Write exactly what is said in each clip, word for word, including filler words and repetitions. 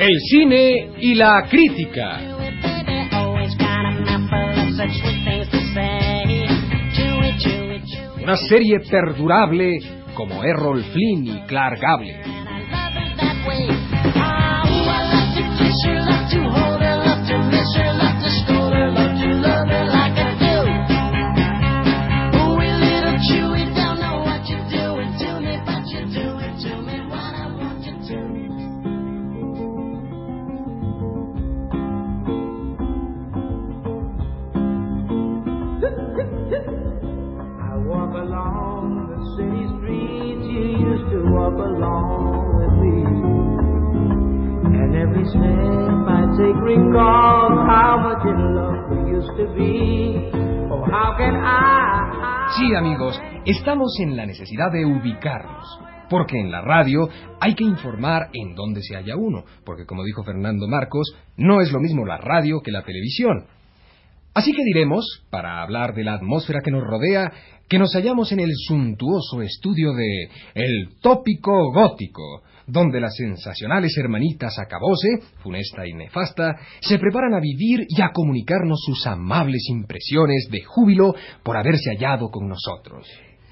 El cine y la crítica. Una serie perdurable como Errol Flynn y Clark Gable. Sí, amigos, estamos en la necesidad de ubicarnos, porque en la radio hay que informar en dónde se halla uno, porque como dijo Fernando Marcos, no es lo mismo la radio que la televisión. Así que diremos, para hablar de la atmósfera que nos rodea, que nos hallamos en el suntuoso estudio de El Tópico Gótico, donde las sensacionales hermanitas Acabose, funesta y nefasta, se preparan a vivir y a comunicarnos sus amables impresiones de júbilo por haberse hallado con nosotros.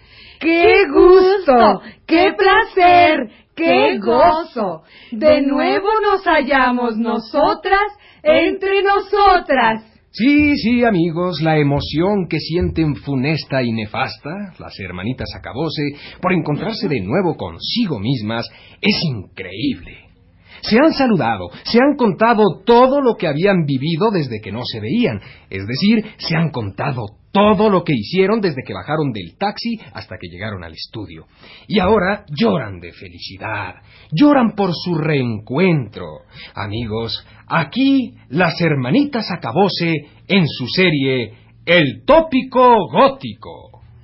¡Qué gusto! ¡Qué placer! ¡Qué gozo! De nuevo nos hallamos nosotras entre nosotras. Sí, sí, amigos, la emoción que sienten funesta y nefasta, las hermanitas Acabose, por encontrarse de nuevo consigo mismas, es increíble. Se han saludado, se han contado todo lo que habían vivido desde que no se veían, es decir, se han contado todo lo que hicieron desde que bajaron del taxi hasta que llegaron al estudio. Y ahora lloran de felicidad, lloran por su reencuentro. Amigos, aquí las hermanitas Acabose en su serie El Tópico Gótico.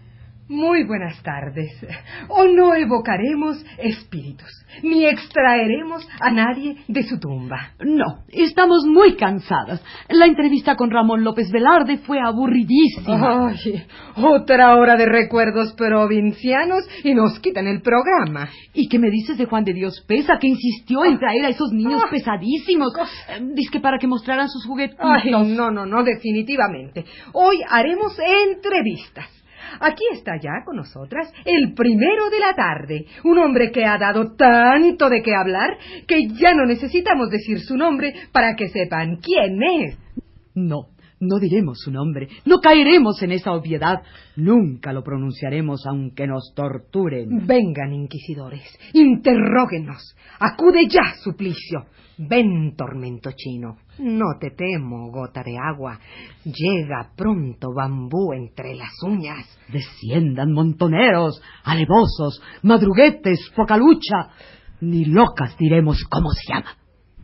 Muy buenas tardes. Hoy no evocaremos espíritus, ni extraeremos a nadie de su tumba. No, estamos muy cansadas. La entrevista con Ramón López Velarde fue aburridísima. Ay, otra hora de recuerdos provincianos y nos quitan el programa. ¿Y qué me dices de Juan de Dios Pesa, que insistió en traer a esos niños ah, pesadísimos? Dice que para que mostraran sus juguetes. Ay, no, no, no, definitivamente. Hoy haremos entrevistas. Aquí está ya con nosotras el primero de la tarde, un hombre que ha dado tanto de qué hablar que ya no necesitamos decir su nombre para que sepan quién es. No, no diremos su nombre, no caeremos en esa obviedad, nunca lo pronunciaremos aunque nos torturen. Vengan, inquisidores, interróguenos, acude ya, Suplicio. Ven, tormento chino, no te temo, gota de agua, llega pronto bambú entre las uñas. Desciendan montoneros, alevosos, madruguetes, poca lucha, ni locas diremos cómo se llama.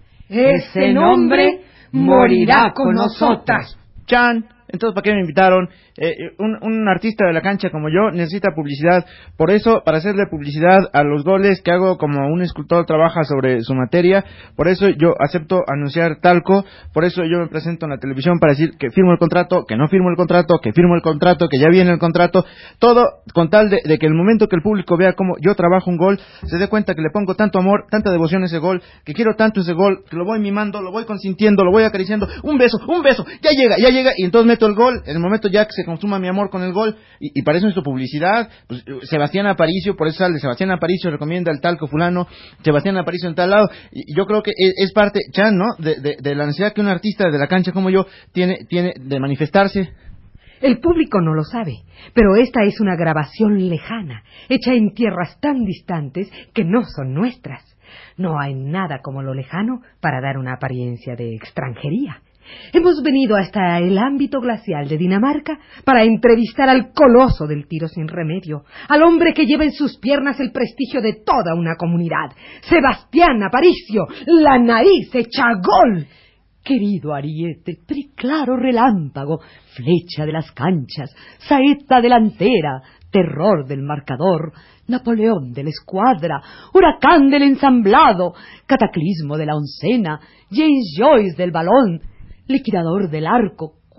Ese nombre morirá con nosotras. Chan, entonces ¿para qué me invitaron? Eh, un, un artista de la cancha como yo necesita publicidad. Por eso, para hacerle publicidad a los goles que hago como un escultor trabaja sobre su materia, por eso yo acepto anunciar talco, por eso yo me presento en la televisión para decir que firmo el contrato, que no firmo el contrato, que firmo el contrato, que ya viene el contrato, todo con tal de, de que el momento que el público vea cómo yo trabajo un gol, se dé cuenta que le pongo tanto amor, tanta devoción a ese gol, que quiero tanto ese gol, que lo voy mimando, lo voy consintiendo, lo voy acariciando, un beso, un beso, ya llega, ya llega, y entonces meto el gol, en el momento ya que se consuma mi amor con el gol, y, y para eso es su publicidad. Pues, Sebastián Aparicio, por eso sale Sebastián Aparicio recomienda el talco fulano, Sebastián Aparicio en tal lado, y, y yo creo que es, es parte, Chan, ¿no?, de, de, de la necesidad que un artista de la cancha como yo tiene, tiene de manifestarse. El público no lo sabe, pero esta es una grabación lejana, hecha en tierras tan distantes que no son nuestras. No hay nada como lo lejano para dar una apariencia de extranjería. Hemos venido hasta el ámbito glacial de Dinamarca para entrevistar al coloso del tiro sin remedio, al hombre que lleva en sus piernas el prestigio de toda una comunidad, Sebastián Aparicio, la nariz hecha gol. Querido ariete, preclaro relámpago, flecha de las canchas, saeta delantera, terror del marcador, Napoleón de la escuadra, huracán del ensamblado, cataclismo de la oncena, James Joyce del balón, liquidador del arco,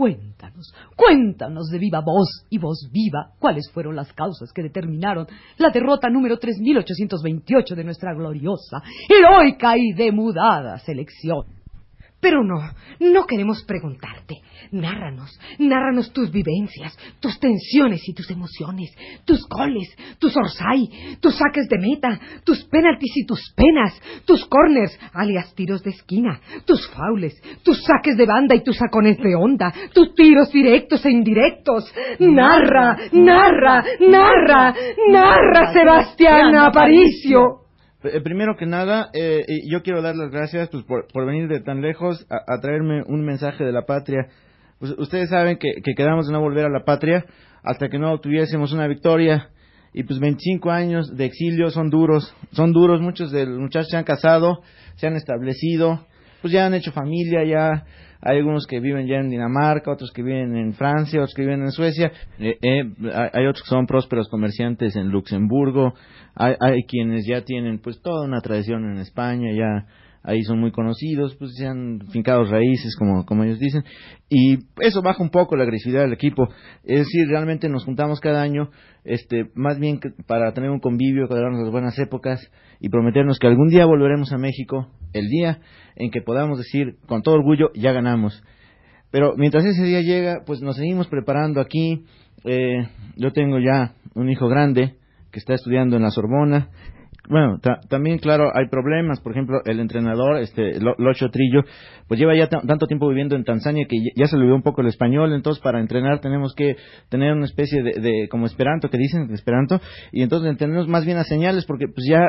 Cuéntanos, cuéntanos de viva voz y voz viva cuáles fueron las causas que determinaron la derrota número tres mil ochocientos veintiocho de nuestra gloriosa, heroica y demudada selección. Pero no, no queremos preguntarte. Nárranos, nárranos tus vivencias, tus tensiones y tus emociones, tus goles, tus orsay, tus saques de meta, tus penaltis y tus penas, tus corners, alias tiros de esquina, tus faules, tus saques de banda y tus sacones de onda, tus tiros directos e indirectos. Narra, narra, narra, narra, Sebastián Aparicio. Primero que nada, eh, yo quiero dar las gracias pues, por, por venir de tan lejos a, a traerme un mensaje de la patria. Pues, ustedes saben que, que quedamos de no volver a la patria hasta que no obtuviésemos una victoria. Y pues veinticinco años de exilio son duros, son duros. Muchos de los muchachos se han casado, se han establecido, pues ya han hecho familia, ya hay algunos que viven ya en Dinamarca, otros que viven en Francia, otros que viven en Suecia, eh, eh, hay otros que son prósperos comerciantes en Luxemburgo, hay, hay quienes ya tienen pues toda una tradición en España, ya ahí son muy conocidos, pues se han fincado raíces, como, como ellos dicen, y eso baja un poco la agresividad del equipo. Es decir, realmente nos juntamos cada año, este, más bien que para tener un convivio, para darnos las buenas épocas y prometernos que algún día volveremos a México, el día en que podamos decir con todo orgullo, ya ganamos. Pero mientras ese día llega, pues nos seguimos preparando aquí. Eh, yo tengo ya un hijo grande que está estudiando en la Sorbona. Bueno, ta también, claro, hay problemas. Por ejemplo, el entrenador, este Locho Trillo, pues lleva ya tanto tiempo viviendo en Tanzania que ya se le olvidó un poco el español. Entonces, para entrenar tenemos que tener una especie de, de como esperanto, que dicen, esperanto, y entonces entendemos más bien a señales, porque pues ya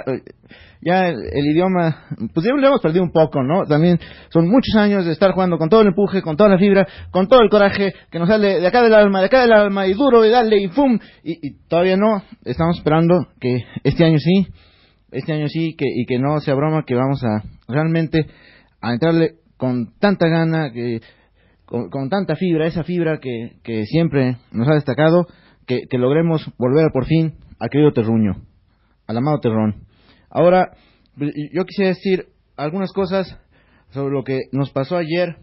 ya el, el idioma, pues ya lo hemos perdido un poco, ¿no? También son muchos años de estar jugando con todo el empuje, con toda la fibra, con todo el coraje que nos sale de acá del alma, de acá del alma, y duro, y dale, y fum, y, y todavía no. Estamos esperando que este año sí, este año sí, que, y que no sea broma, que vamos a realmente a entrarle con tanta gana, que con, con tanta fibra, esa fibra que, que siempre nos ha destacado, que, que logremos volver por fin al querido terruño, al amado terrón. Ahora, yo quisiera decir algunas cosas sobre lo que nos pasó ayer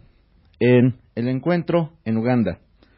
en el encuentro en Uganda.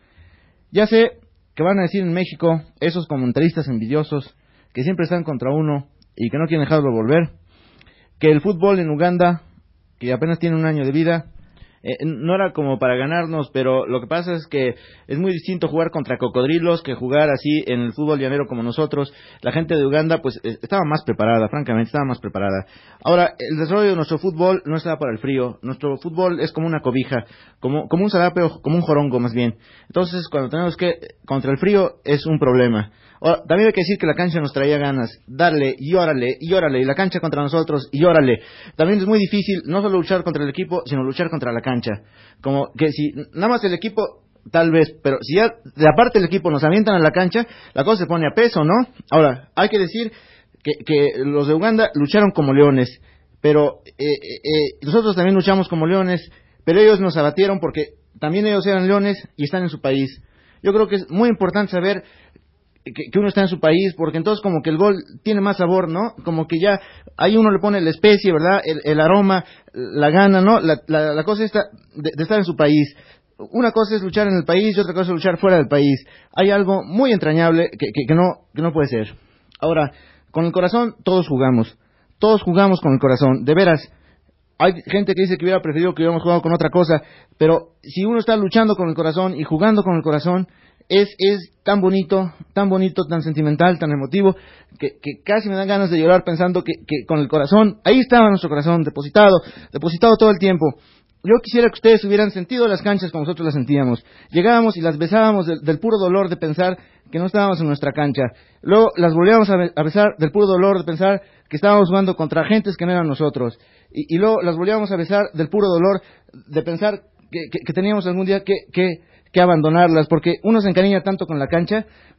Ya sé que van a decir en México esos comentaristas envidiosos que siempre están contra uno y que no quieren dejarlo volver, que el fútbol en Uganda, que apenas tiene un año de vida, eh, no era como para ganarnos, pero lo que pasa es que es muy distinto jugar contra cocodrilos que jugar así en el fútbol llanero como nosotros. La gente de Uganda pues eh, estaba más preparada, francamente, estaba más preparada. Ahora, el desarrollo de nuestro fútbol no está para el frío. Nuestro fútbol es como una cobija, como, como un zarape, como un jorongo más bien. Entonces, cuando tenemos que, contra el frío, es un problema. Ahora, también hay que decir que la cancha nos traía ganas, darle y órale, y órale, y la cancha contra nosotros, y órale. También es muy difícil no solo luchar contra el equipo, sino luchar contra la cancha. Como que si nada más el equipo, tal vez, pero si ya de aparte el equipo nos avientan a la cancha, la cosa se pone a peso, ¿no? Ahora, hay que decir que, que los de Uganda lucharon como leones, pero eh, eh, nosotros también luchamos como leones, pero ellos nos abatieron porque también ellos eran leones y están en su país. Yo creo que es muy importante saber Que, que uno está en su país, porque entonces como que el gol tiene más sabor, ¿no? Como que ya ahí uno le pone la especie, ¿verdad? El, el aroma, la gana, ¿no? La, la, la cosa está de, de estar en su país. Una cosa es luchar en el país y otra cosa es luchar fuera del país. Hay algo muy entrañable que, que, que, no, que no puede ser. Ahora, con el corazón todos jugamos. Todos jugamos con el corazón, de veras. Hay gente que dice que hubiera preferido que hubiéramos jugado con otra cosa, pero si uno está luchando con el corazón y jugando con el corazón, Es, es tan bonito, tan bonito, tan sentimental, tan emotivo, que, que casi me dan ganas de llorar pensando que, que con el corazón, ahí estaba nuestro corazón, depositado, depositado todo el tiempo. Yo quisiera que ustedes hubieran sentido las canchas como nosotros las sentíamos. Llegábamos y las besábamos del, del puro dolor de pensar que no estábamos en nuestra cancha. Luego las volvíamos a, be a besar del puro dolor de pensar que estábamos jugando contra agentes que no eran nosotros. Y, y luego las volvíamos a besar del puro dolor de pensar que, que, que teníamos algún día que... que que abandonarlas, porque uno se encariña tanto con la cancha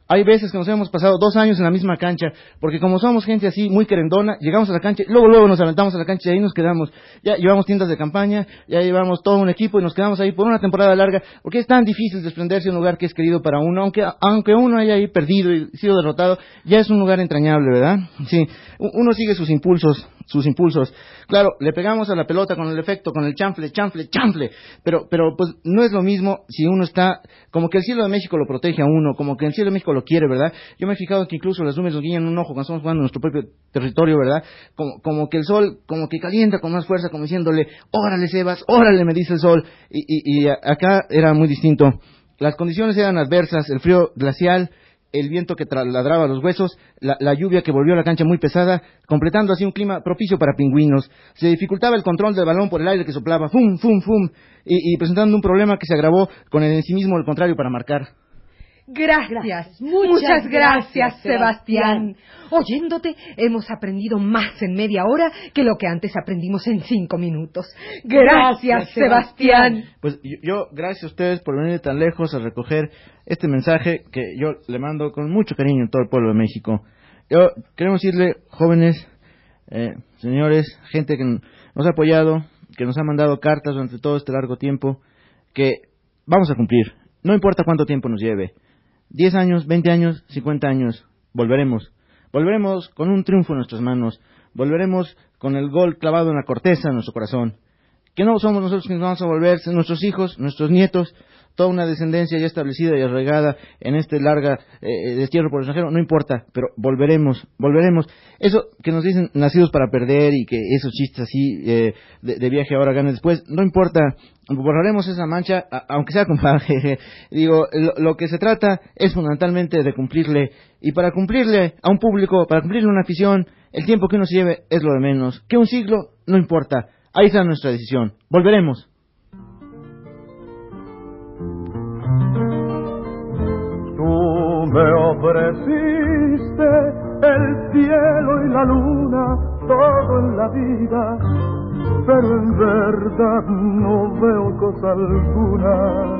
Hay veces que nos hemos pasado dos años en la misma cancha, porque como somos gente así, muy querendona, llegamos a la cancha, luego luego nos aventamos a la cancha y ahí nos quedamos. Ya llevamos tiendas de campaña, ya llevamos todo un equipo y nos quedamos ahí por una temporada larga, porque es tan difícil desprenderse de un lugar que es querido para uno, aunque aunque uno haya ahí perdido y sido derrotado, ya es un lugar entrañable, ¿verdad? Sí, uno sigue sus impulsos, sus impulsos. Claro, le pegamos a la pelota con el efecto, con el chanfle, chanfle, chanfle, pero pero pues no es lo mismo si uno está, como que el cielo de México lo protege a uno, como que el cielo de México lo quiere, ¿verdad? Yo me he fijado que incluso las nubes nos guiñan un ojo cuando estamos jugando en nuestro propio territorio, ¿verdad? Como, como que el sol, como que calienta con más fuerza, como diciéndole, órale Sebas, órale, me dice el sol, y, y, y acá era muy distinto. Las condiciones eran adversas, el frío glacial, el viento que ladraba los huesos, la, la lluvia que volvió a la cancha muy pesada, completando así un clima propicio para pingüinos. Se dificultaba el control del balón por el aire que soplaba, fum, fum, fum, y, y presentando un problema que se agravó con el ensimismo del contrario para marcar. Gracias, Gracias. muchas, Muchas gracias, gracias, Sebastián. Sebastián. Oyéndote, hemos aprendido más en media hora que lo que antes aprendimos en cinco minutos. Gracias, Gracias, Sebastián. Sebastián. Pues yo, yo, gracias a ustedes por venir tan lejos a recoger este mensaje que yo le mando con mucho cariño a todo el pueblo de México. Yo queremos decirle, jóvenes, eh, señores, gente que nos ha apoyado, que nos ha mandado cartas durante todo este largo tiempo, que vamos a cumplir, no importa cuánto tiempo nos lleve. Diez años, veinte años, cincuenta años, volveremos. Volveremos con un triunfo en nuestras manos. Volveremos con el gol clavado en la corteza de nuestro corazón. Que no somos nosotros quienes vamos a volver, nuestros hijos, nuestros nietos, toda una descendencia ya establecida y arraigada en este larga eh, destierro por el extranjero, no importa, pero volveremos, volveremos. Eso que nos dicen nacidos para perder y que esos chistes así eh, de, de viaje ahora ganen después, no importa, borraremos esa mancha, a, aunque sea con jeje. Digo, lo, lo que se trata es fundamentalmente de cumplirle, y para cumplirle a un público, para cumplirle a una afición, el tiempo que uno se lleve es lo de menos. Que un siglo, no importa, ahí está nuestra decisión, volveremos. Tú me ofreciste el cielo y la luna, todo en la vida, pero en verdad no veo cosa alguna,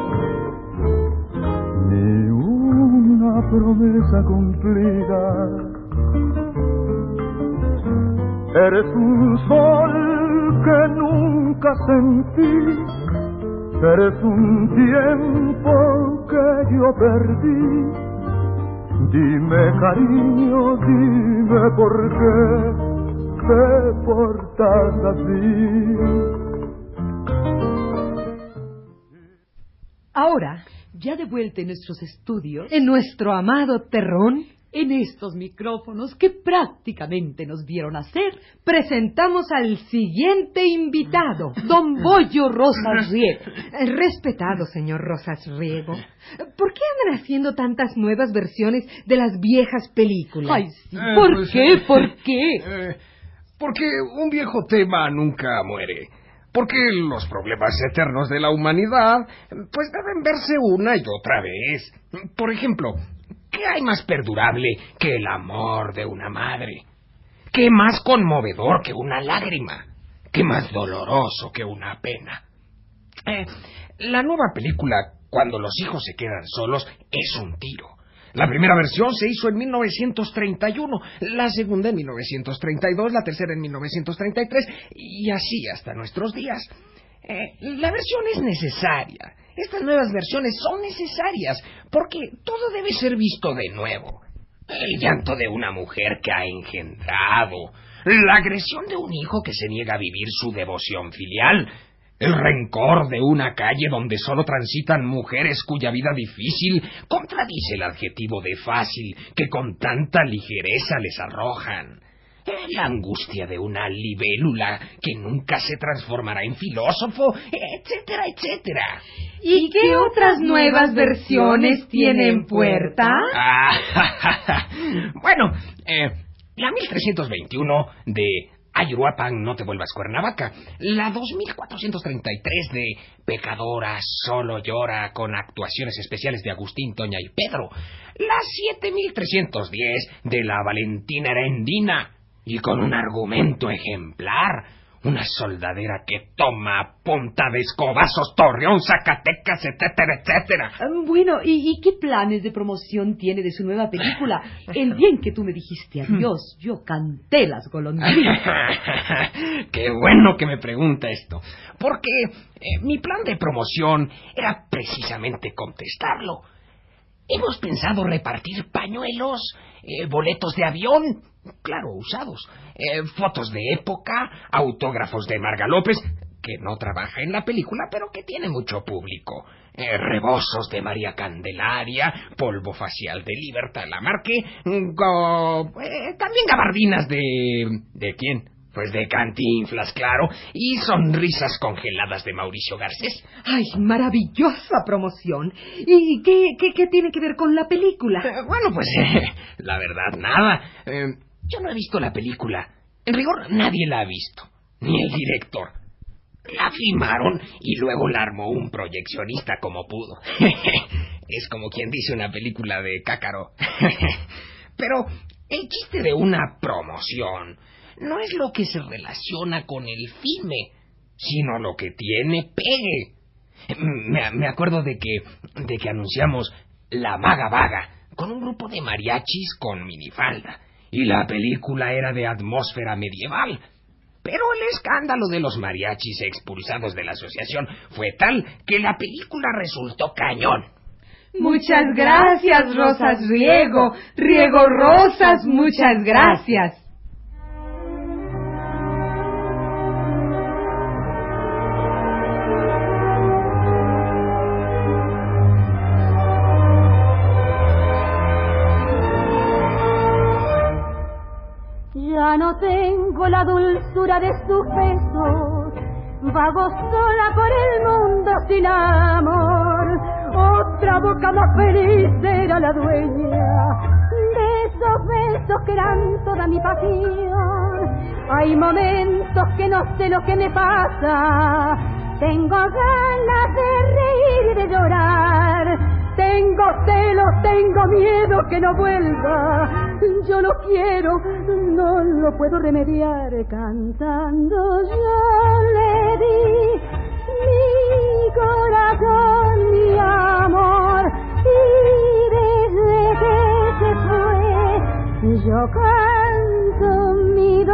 ni una promesa cumplida. Eres un sol que nunca sentí, eres un tiempo que yo perdí. Dime, cariño, dime por qué te portas así. Ahora, Ya de vuelta en nuestros estudios, en nuestro amado terrón, en estos micrófonos que prácticamente nos vieron nacer, presentamos al siguiente invitado. don Bollo Rosas Riego. Eh, Respetado señor Rosas Riego, ¿por qué andan haciendo tantas nuevas versiones de las viejas películas? Ay, sí. Eh, ¿Por pues, qué? eh, ¿Por qué? Eh, porque un viejo tema nunca muere. Porque los problemas eternos de la humanidad, pues deben verse una y otra vez. Por ejemplo, ¿qué hay más perdurable que el amor de una madre? ¿Qué más conmovedor que una lágrima? ¿Qué más doloroso que una pena? Eh, la nueva película, Cuando los hijos se quedan solos, es un tiro. La primera versión se hizo en mil novecientos treinta y uno, la segunda en mil novecientos treinta y dos, la tercera en mil novecientos treinta y tres, y así hasta nuestros días. Eh, la versión es necesaria. Estas nuevas versiones son necesarias, porque todo debe ser visto de nuevo. El llanto de una mujer que ha engendrado, la agresión de un hijo que se niega a vivir su devoción filial, el rencor de una calle donde solo transitan mujeres cuya vida difícil contradice el adjetivo de fácil que con tanta ligereza les arrojan. La angustia de una libélula que nunca se transformará en filósofo, etcétera, etcétera. ¿Y qué otras nuevas versiones tiene en puerta? Ah, bueno, eh, la mil trescientos veintiuno de Ayuruapan, no te vuelvas Cuernavaca. La dos mil cuatrocientos treinta y tres de Pecadora solo llora, con actuaciones especiales de Agustín, Toña y Pedro. La siete mil trescientos diez de la Valentina Erendina, y con un argumento ejemplar. Una soldadera que toma a punta de escobazos Torreón, Zacatecas, etcétera, etcétera. Bueno, ¿y, ¿y qué planes de promoción tiene de su nueva película? El día en que tú me dijiste adiós, yo canté las golondrinas. Qué bueno que me pregunta esto, porque eh, mi plan de promoción era precisamente contestarlo. Hemos pensado repartir pañuelos, eh, boletos de avión, claro, usados, eh, fotos de época, autógrafos de Marga López, que no trabaja en la película, pero que tiene mucho público, eh, rebozos de María Candelaria, polvo facial de Libertad Lamarque, go, eh, también gabardinas de... ¿de quién? Pues de Cantinflas, claro, y sonrisas congeladas de Mauricio Garcés. ¡Ay, maravillosa promoción! ¿Y qué, qué, qué tiene que ver con la película? Eh, bueno, pues, eh, la verdad, nada. Eh, yo no he visto la película. En rigor, nadie la ha visto, ni el director. La filmaron y luego la armó un proyeccionista como pudo. Es como quien dice una película de Cácaro. Pero el chiste de una promoción no es lo que se relaciona con el filme, sino lo que tiene pegue. Me, me acuerdo de que, de que anunciamos La Maga Vaga con un grupo de mariachis con minifalda, y la película era de atmósfera medieval. Pero el escándalo de los mariachis expulsados de la asociación fue tal que la película resultó cañón. Muchas gracias, Rosas Riego. Riego Rosas, muchas gracias. Ya no tengo la dulzura de sus besos, vago sola por el mundo sin amor. Otra boca más feliz era la dueña de esos besos que eran toda mi pasión. Hay momentos que no sé lo que me pasa, tengo ganas de reír y de llorar. Tengo celos, tengo miedo que no vuelva. Yo lo quiero, no lo puedo remediar. Cantando yo le di mi corazón, mi amor, y desde que se fue yo canto mi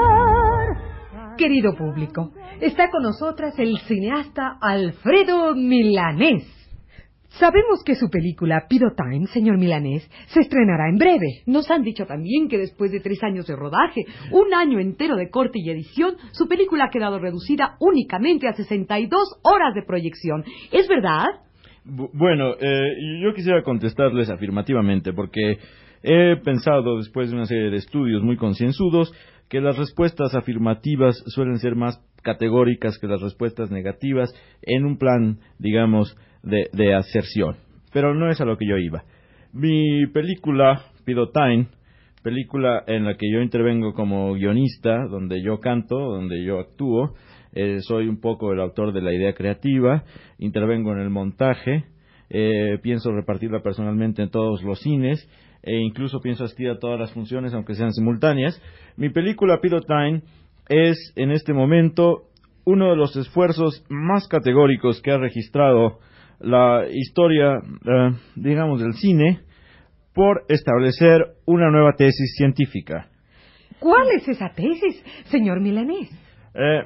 dolor. Querido público, está con nosotras el cineasta Alfredo Milanés. Sabemos que su película Pido Time, señor Milanés, se estrenará en breve. Nos han dicho también que después de tres años de rodaje, un año entero de corte y edición, su película ha quedado reducida únicamente a sesenta y dos horas de proyección. ¿Es verdad? Bu- bueno, eh, yo quisiera contestarles afirmativamente, porque he pensado, después de una serie de estudios muy concienzudos, que las respuestas afirmativas suelen ser más categóricas que las respuestas negativas en un plan, digamos, de, de aserción. Pero no es a lo que yo iba. Mi película, Pido Time, película en la que yo intervengo como guionista, donde yo canto, donde yo actúo, eh, soy un poco el autor de la idea creativa, intervengo en el montaje, eh, pienso repartirla personalmente en todos los cines, e incluso pienso asistir a todas las funciones, aunque sean simultáneas. Mi película Pido Time es, en este momento, uno de los esfuerzos más categóricos que ha registrado la historia, eh, digamos, del cine, por establecer una nueva tesis científica. ¿Cuál es esa tesis, señor Milanés? Eh,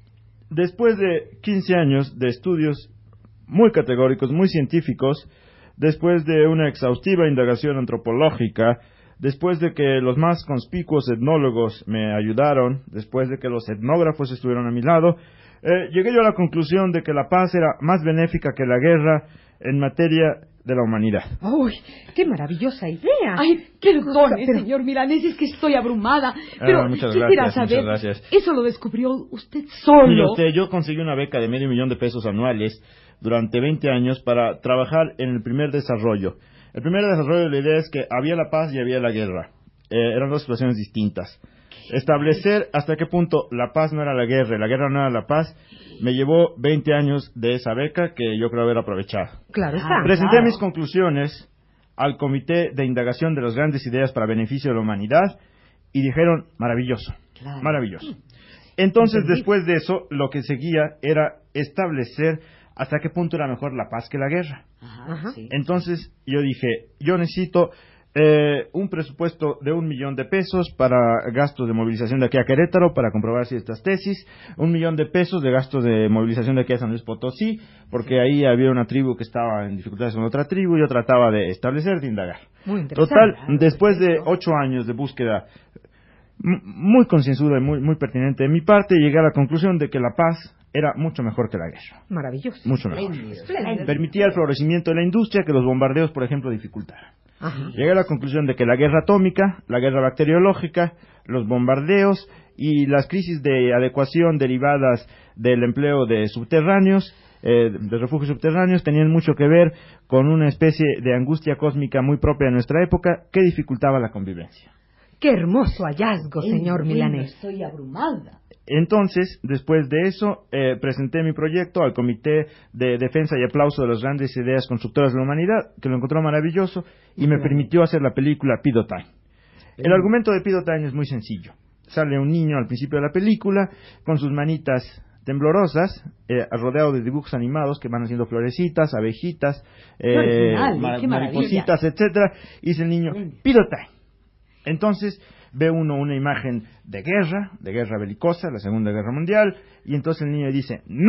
después de quince años de estudios muy categóricos, muy científicos, después de una exhaustiva indagación antropológica, después de que los más conspicuos etnólogos me ayudaron, después de que los etnógrafos estuvieron a mi lado, eh, llegué yo a la conclusión de que la paz era más benéfica que la guerra en materia de la humanidad. ¡Uy, qué maravillosa idea! Ay, perdone, Pero- señor Milanés, es que estoy abrumada. Pero Ah, muchas quisiera gracias, saber, muchas gracias. ¿eso lo descubrió usted solo? Mire usted, yo conseguí una beca de medio millón de pesos anuales durante veinte años para trabajar en el primer desarrollo. El primer desarrollo de la idea es que había la paz y había la guerra. Eh, eran dos situaciones distintas. Establecer hasta qué punto la paz no era la guerra y la guerra no era la paz me llevó veinte años de esa beca que yo creo haber aprovechado. Claro está. Ah, Presenté claro. mis conclusiones al Comité de Indagación de las Grandes Ideas para Beneficio de la Humanidad y dijeron, maravilloso, Claro. maravilloso. Entonces, Entendido. después de eso, lo que seguía era establecer hasta qué punto era mejor la paz que la guerra. Ajá, Ajá. sí. Entonces, yo dije, yo necesito eh, un presupuesto de un millón de pesos para gastos de movilización de aquí a Querétaro, para comprobar si estas tesis, un millón de pesos de gastos de movilización de aquí a San Luis Potosí, porque ahí había una tribu que estaba en dificultades con otra tribu, y yo trataba de establecer, de indagar. Muy interesante. Total, Claro, después de perfecto. ocho años de búsqueda m- muy concienzuda y muy, muy pertinente de mi parte, llegué a la conclusión de que la paz era mucho mejor que la guerra. Maravilloso. Mucho mejor. Espléndido, Espléndido. espléndido. Permitía el florecimiento de la industria que los bombardeos, por ejemplo, dificultaran. Ajá. Llegué a la conclusión de que la guerra atómica, la guerra bacteriológica, los bombardeos y las crisis de adecuación derivadas del empleo de subterráneos, eh, de refugios subterráneos, tenían mucho que ver con una especie de angustia cósmica muy propia de nuestra época que dificultaba la convivencia. Qué hermoso hallazgo, señor Bueno, Milanés. Estoy abrumada. Entonces, después de eso, eh, presenté mi proyecto al Comité de Defensa y Aplauso de las Grandes Ideas Constructoras de la Humanidad, que lo encontró maravilloso y me permitió hacer la película Pido Time. El argumento de Pido Time es muy sencillo. Sale un niño al principio de la película con sus manitas temblorosas, eh, rodeado de dibujos animados que van haciendo florecitas, abejitas, Qué original, ma- qué maravilla. maripositas, etcétera, y dice el niño, Pido Time. Entonces ve uno una imagen de guerra, de guerra belicosa, la Segunda Guerra Mundial, y entonces el niño dice, no,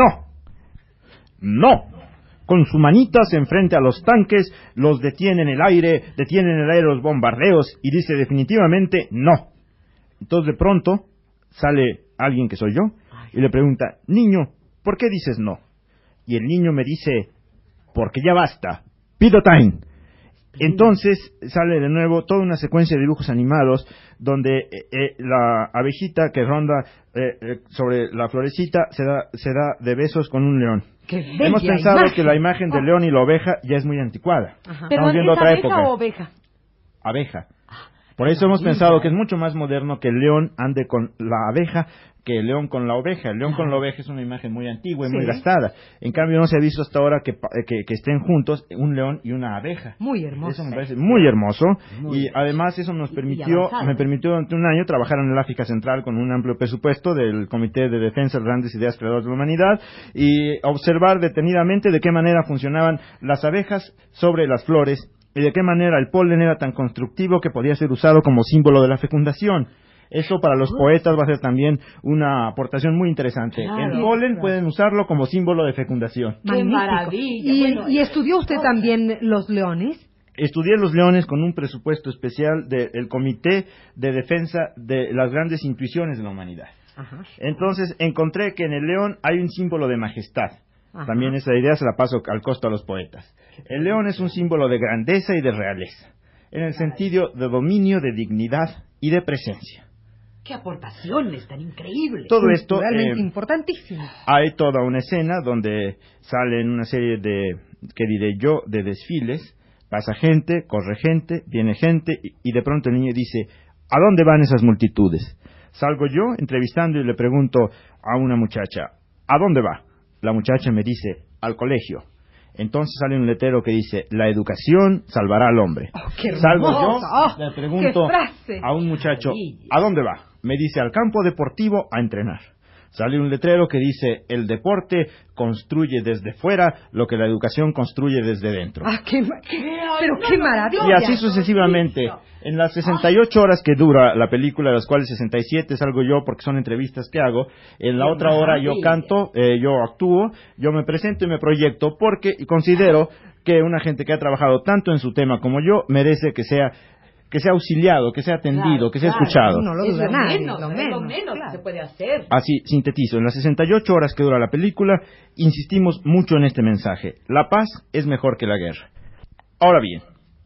no, con su manita se enfrenta a los tanques, los detiene en el aire, detiene en el aire los bombardeos, y dice definitivamente no. Entonces de pronto sale alguien que soy yo, y le pregunta, niño, ¿por qué dices no? Y el niño me dice, porque ya basta, Pido Time. Entonces sale de nuevo toda una secuencia de dibujos animados donde eh, eh, la abejita que ronda eh, eh, sobre la florecita se da, se da de besos con un león. Qué bella Hemos pensado imagen. que la imagen del león y la oveja ya es muy anticuada. Ajá. Pero Estamos viendo ¿es otra abeja época. o oveja? Abeja. Por eso hemos pensado que es mucho más moderno que el león ande con la abeja que el león con la oveja. El león con la oveja es una imagen muy antigua y muy Sí. gastada. En cambio, no se ha visto hasta ahora que, pa- que, que estén juntos un león y una abeja. Muy hermoso. Eso me parece muy hermoso. Muy y bien. además eso nos Y- y permitió, avanzado. me permitió durante un año trabajar en el África Central con un amplio presupuesto del Comité de Defensa de las Grandes Ideas Creadoras de la Humanidad y observar detenidamente de qué manera funcionaban las abejas sobre las flores y de qué manera el polen era tan constructivo que podía ser usado como símbolo de la fecundación. Eso para los poetas va a ser también una aportación muy interesante. Claro, el polen claro. pueden usarlo como símbolo de fecundación. ¡Qué Magnífico. maravilla! ¿Y, Bueno, y estudió usted también los leones? Estudié los leones con un presupuesto especial del Comité de Defensa de las Grandes Intuiciones de la Humanidad. Ajá. Entonces encontré que en el león hay un símbolo de majestad. Ajá. También esa idea se la paso al costo a los poetas. El león es un símbolo de grandeza y de realeza, en el sentido de dominio, de dignidad y de presencia. ¡Qué aportaciones tan increíbles! Todo esto Realmente eh, importantísimo. hay toda una escena donde salen una serie de, ¿qué diré yo?, de desfiles. Pasa gente, corre gente, viene gente y, y de pronto el niño dice, ¿a dónde van esas multitudes? Salgo yo entrevistando y le pregunto a una muchacha, ¿a dónde va? La muchacha me dice, al colegio. Entonces sale un letrero que dice, la educación salvará al hombre. Oh, qué Salgo yo, hermoso. Oh, le pregunto qué frase. a un muchacho, Maravilla. ¿a dónde va? Me dice, al campo deportivo a entrenar. Sale un letrero que dice, el deporte construye desde fuera lo que la educación construye desde dentro. Ah, qué, ma- pero qué maravilla. Y así sucesivamente. En las sesenta y ocho horas que dura la película, de las cuales sesenta y siete salgo yo porque son entrevistas que hago, en la ¡Qué otra hora yo maravilla! canto, eh, yo actúo, yo me presento y me proyecto porque considero que una gente que ha trabajado tanto en su tema como yo merece que sea que sea auxiliado, que sea atendido, Claro, que sea claro. escuchado. No lo Es duda lo nadie, menos, lo es menos, lo menos claro. que se puede hacer. Así, sintetizo, en las sesenta y ocho horas que dura la película, insistimos mucho en este mensaje. La paz es mejor que la guerra. Ahora bien,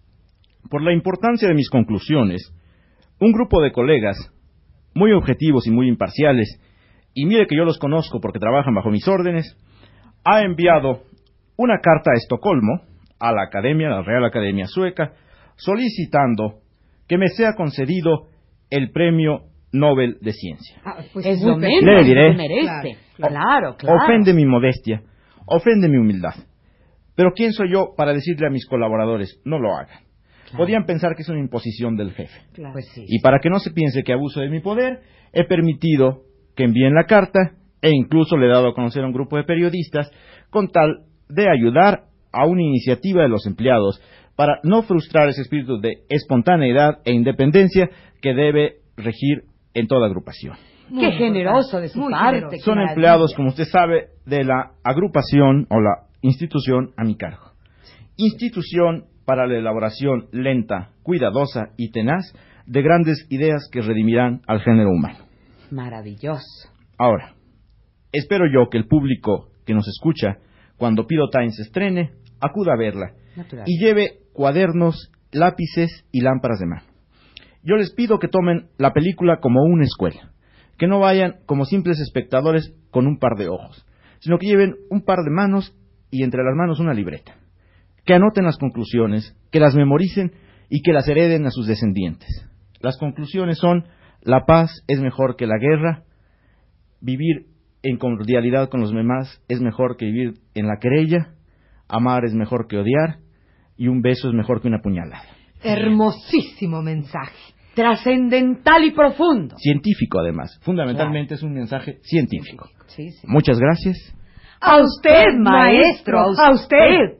por la importancia de mis conclusiones, un grupo de colegas, muy objetivos y muy imparciales, y mire que yo los conozco porque trabajan bajo mis órdenes, ha enviado una carta a Estocolmo, a la Academia, la Real Academia Sueca, solicitando que me sea concedido el Premio Nobel de Ciencia. Ah, pues Es muy lo perfecto. menos Le diré. que merece. Claro, Claro, claro. Ofende mi modestia, ofende mi humildad. Pero ¿quién soy yo para decirle a mis colaboradores, no lo hagan? Claro. Podrían pensar que es una imposición del jefe. Claro. Pues sí. Y para que no se piense que abuso de mi poder, he permitido que envíen la carta, e incluso le he dado a conocer a un grupo de periodistas con tal de ayudar a una iniciativa de los empleados para no frustrar ese espíritu de espontaneidad e independencia que debe regir en toda agrupación. Muy Qué generoso de su muy parte. generoso. Son empleados, como usted sabe, de la agrupación o la institución a mi cargo. Institución para la elaboración lenta, cuidadosa y tenaz de grandes ideas que redimirán al género humano. Maravilloso. Ahora, espero yo que el público que nos escucha, cuando Pillow Time se estrene, acuda a verla Natural. y lleve cuadernos, lápices y lámparas de mano. Yo les pido que tomen la película como una escuela, que no vayan como simples espectadores con un par de ojos, sino que lleven un par de manos y entre las manos una libreta, que anoten las conclusiones, que las memoricen y que las hereden a sus descendientes. Las conclusiones son: la paz es mejor que la guerra, vivir en cordialidad con los demás es mejor que vivir en la querella, amar es mejor que odiar y un beso es mejor que una puñalada. Hermosísimo mensaje. Trascendental y profundo. Científico, además. Fundamentalmente claro. Es un mensaje científico. Sí, sí. Muchas gracias. A usted, maestro, a usted.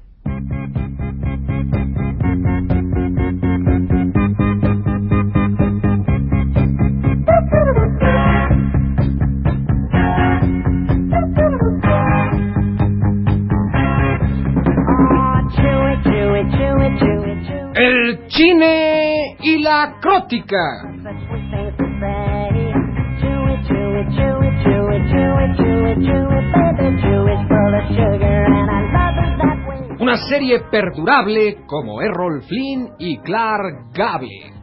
El chine y la crótica. Una serie perdurable como Errol Flynn y Clark Gable.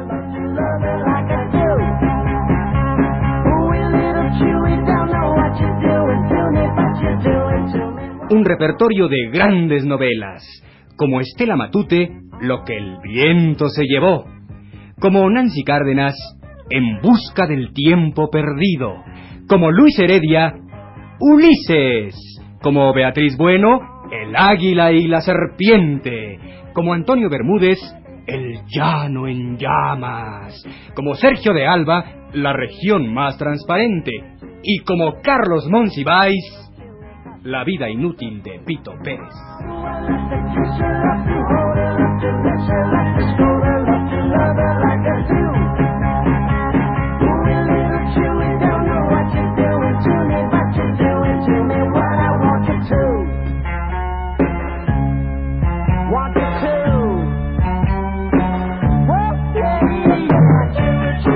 Un repertorio de grandes novelas, como Estela Matute, Lo que el viento se llevó, como Nancy Cárdenas, En busca del tiempo perdido, como Luis Heredia, Ulises, como Beatriz Bueno, El águila y la serpiente, como Antonio Bermúdez, El llano en llamas, como Sergio de Alba, La región más transparente, y como Carlos Monsiváis, La vida inútil de Pito Pérez.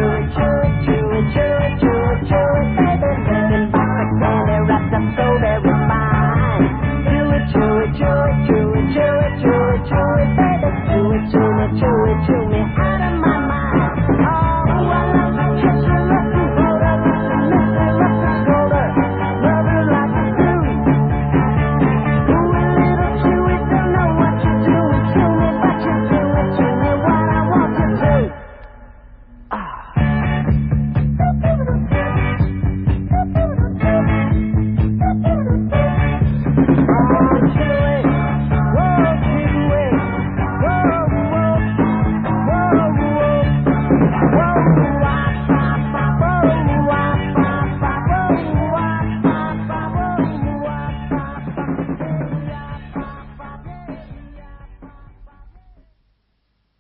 So